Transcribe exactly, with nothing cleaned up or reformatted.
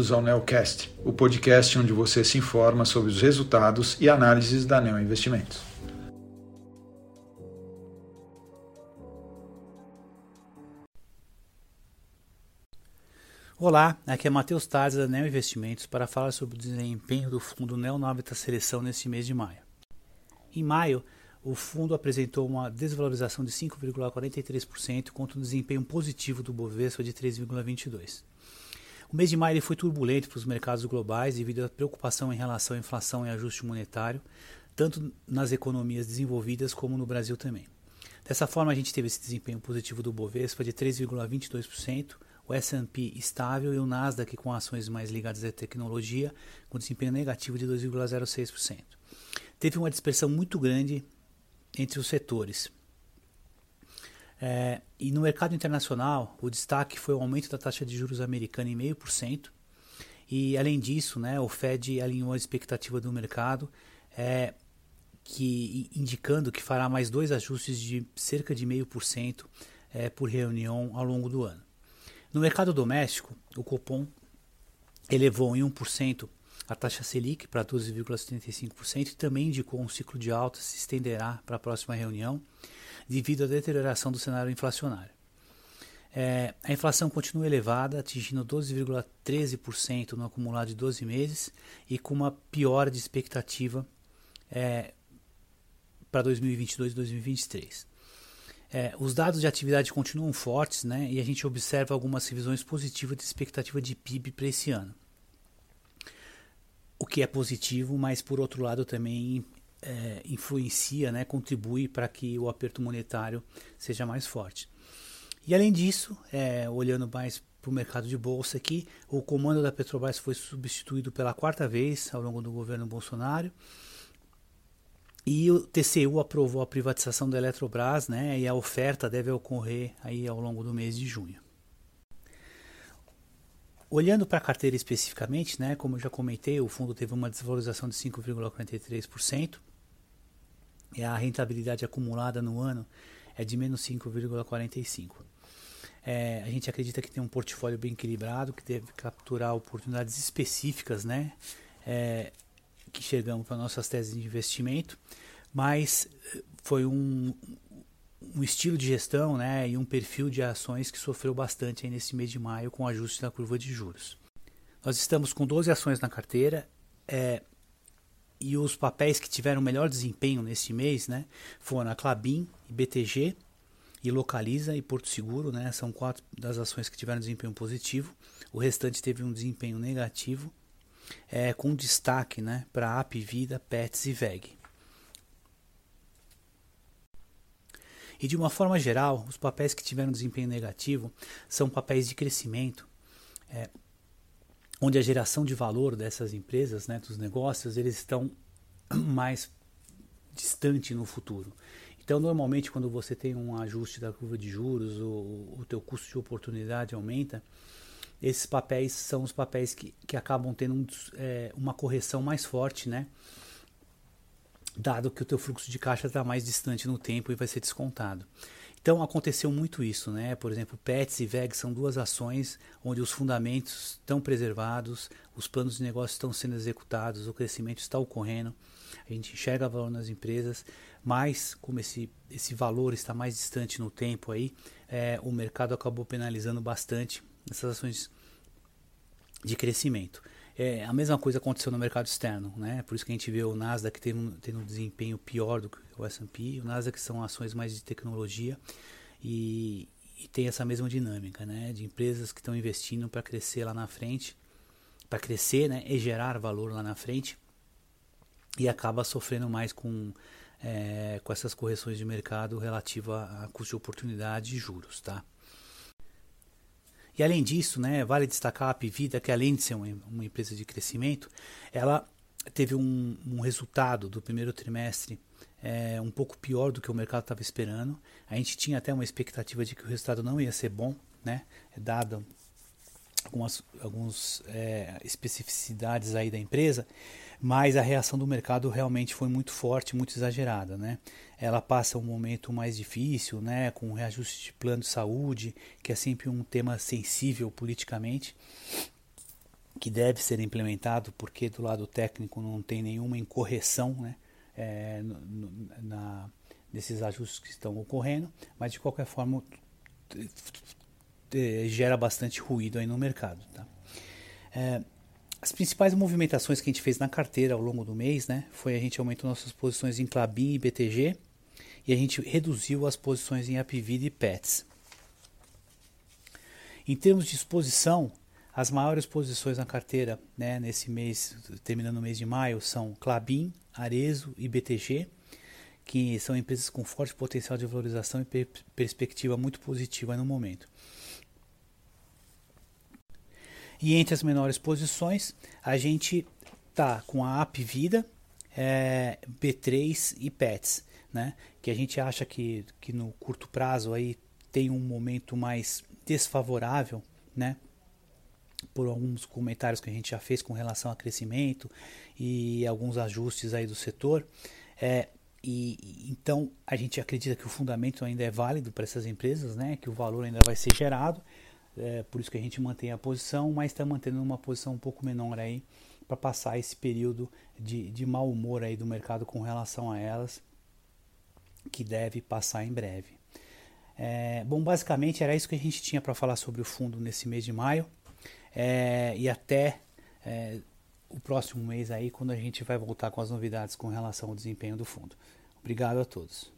bem-vindos ao Neocast, o podcast onde você se informa sobre os resultados e análises da Neo Investimentos. Olá, aqui é Matheus Tades da Neo Investimentos para falar sobre o desempenho do fundo Neonóbita Seleção neste mês de maio. Em maio, o fundo apresentou uma desvalorização de cinco vírgula quarenta e três por cento contra um desempenho positivo do Bovespa de três vírgula vinte e dois por cento. O mês de maio ele foi turbulento para os mercados globais devido à preocupação em relação à inflação e ajuste monetário, tanto nas economias desenvolvidas como no Brasil também. Dessa forma, a gente teve esse desempenho positivo do Bovespa de três vírgula vinte e dois por cento, o S and P estável e o Nasdaq com ações mais ligadas à tecnologia com desempenho negativo de dois vírgula zero seis por cento. Teve uma dispersão muito grande entre os setores. É, e no mercado internacional, o destaque foi o aumento da taxa de juros americana em zero vírgula cinco por cento. E, além disso, né, o Fed alinhou a expectativa do mercado, é, que, indicando que fará mais dois ajustes de cerca de zero vírgula cinco por cento é, por reunião ao longo do ano. No mercado doméstico, o Copom elevou em um por cento a taxa Selic para doze vírgula setenta e cinco por cento e também indicou um ciclo de alta se estenderá para a próxima reunião devido à deterioração do cenário inflacionário. É, a inflação continua elevada, atingindo doze vírgula treze por cento no acumulado de doze meses e com uma piora de expectativa é, para dois mil e vinte e dois e dois mil e vinte e três. É, os dados de atividade continuam fortes, né, e a gente observa algumas revisões positivas de expectativa de P I B para esse ano. O que é positivo, mas por outro lado também é, influencia, né, contribui para que o aperto monetário seja mais forte. E além disso, é, olhando mais para o mercado de bolsa aqui, o comando da Petrobras foi substituído pela quarta vez ao longo do governo Bolsonaro. E o T C U aprovou a privatização da Eletrobras, né, e a oferta deve ocorrer aí ao longo do mês de junho. Olhando para a carteira especificamente, né, como eu já comentei, o fundo teve uma desvalorização de cinco vírgula quarenta e três por cento e a rentabilidade acumulada no ano é de menos cinco vírgula quarenta e cinco por cento. É, a gente acredita que tem um portfólio bem equilibrado, que deve capturar oportunidades específicas, né, é, que chegamos para nossas teses de investimento, mas foi um, um estilo de gestão, né, e um perfil de ações que sofreu bastante aí nesse mês de maio com o ajuste da curva de juros. Nós estamos com doze ações na carteira, é, e os papéis que tiveram melhor desempenho nesse mês, né, foram a Klabin, B T G, e Localiza e Porto Seguro, né, são quatro das ações que tiveram desempenho positivo, o restante teve um desempenho negativo, É, com destaque, né, para Apvida, Petz e V E G. E de uma forma geral, os papéis que tiveram desempenho negativo são papéis de crescimento, é, onde a geração de valor dessas empresas, né, dos negócios, eles estão mais distante no futuro. Então, normalmente, quando você tem um ajuste da curva de juros, o, o teu custo de oportunidade aumenta. Esses papéis são os papéis que, que acabam tendo um, é, uma correção mais forte, né? Dado que o teu fluxo de caixa está mais distante no tempo e vai ser descontado. Então aconteceu muito isso, né? Por exemplo, Petz e V E G são duas ações onde os fundamentos estão preservados, os planos de negócio estão sendo executados, o crescimento está ocorrendo, a gente enxerga valor nas empresas, mas como esse, esse valor está mais distante no tempo aí, é, o mercado acabou penalizando bastante essas ações de crescimento. É, a mesma coisa aconteceu no mercado externo, né? Por isso que a gente vê o Nasdaq tendo um, tendo um desempenho pior do que o S and P. O Nasdaq são ações mais de tecnologia e, e tem essa mesma dinâmica, né? De empresas que estão investindo para crescer lá na frente, para crescer, né? E gerar valor lá na frente, e acaba sofrendo mais com, é, com essas correções de mercado relativa a custo de oportunidade e juros, tá? E além disso, né, vale destacar a Apvida, que além de ser uma, uma empresa de crescimento, ela teve um, um resultado do primeiro trimestre é, um pouco pior do que o mercado estava esperando. A gente tinha até uma expectativa de que o resultado não ia ser bom, né, dado algumas alguns, é, especificidades aí da empresa, mas a reação do mercado realmente foi muito forte, muito exagerada, né? Ela passa um momento mais difícil, né, com o reajuste de plano de saúde, que é sempre um tema sensível politicamente, que deve ser implementado, porque do lado técnico não tem nenhuma incorreção, né, é, no, no, na, nesses ajustes que estão ocorrendo, mas de qualquer forma gera bastante ruído aí no mercado. Tá? É, as principais movimentações que a gente fez na carteira ao longo do mês, né, foi a gente aumentou nossas posições em Klabin e B T G e a gente reduziu as posições em Hapvida e Petz. Em termos de exposição, as maiores posições na carteira, né, nesse mês, terminando o mês de maio, são Klabin, Arezzo e B T G, que são empresas com forte potencial de valorização e per perspectiva muito positiva no momento. E entre as menores posições, a gente tá com a Hapvida, é, B três e Petz, né, que a gente acha que, que no curto prazo aí tem um momento mais desfavorável, né, por alguns comentários que a gente já fez com relação a crescimento e alguns ajustes aí do setor. É, e então a gente acredita que o fundamento ainda é válido para essas empresas, né, que o valor ainda vai ser gerado, é, por isso que a gente mantém a posição, mas está mantendo uma posição um pouco menor aí para passar esse período de, de mau humor aí do mercado com relação a elas, que deve passar em breve. É, bom, basicamente era isso que a gente tinha para falar sobre o fundo nesse mês de maio. É, e até é, o próximo mês aí, quando a gente vai voltar com as novidades com relação ao desempenho do fundo. Obrigado a todos.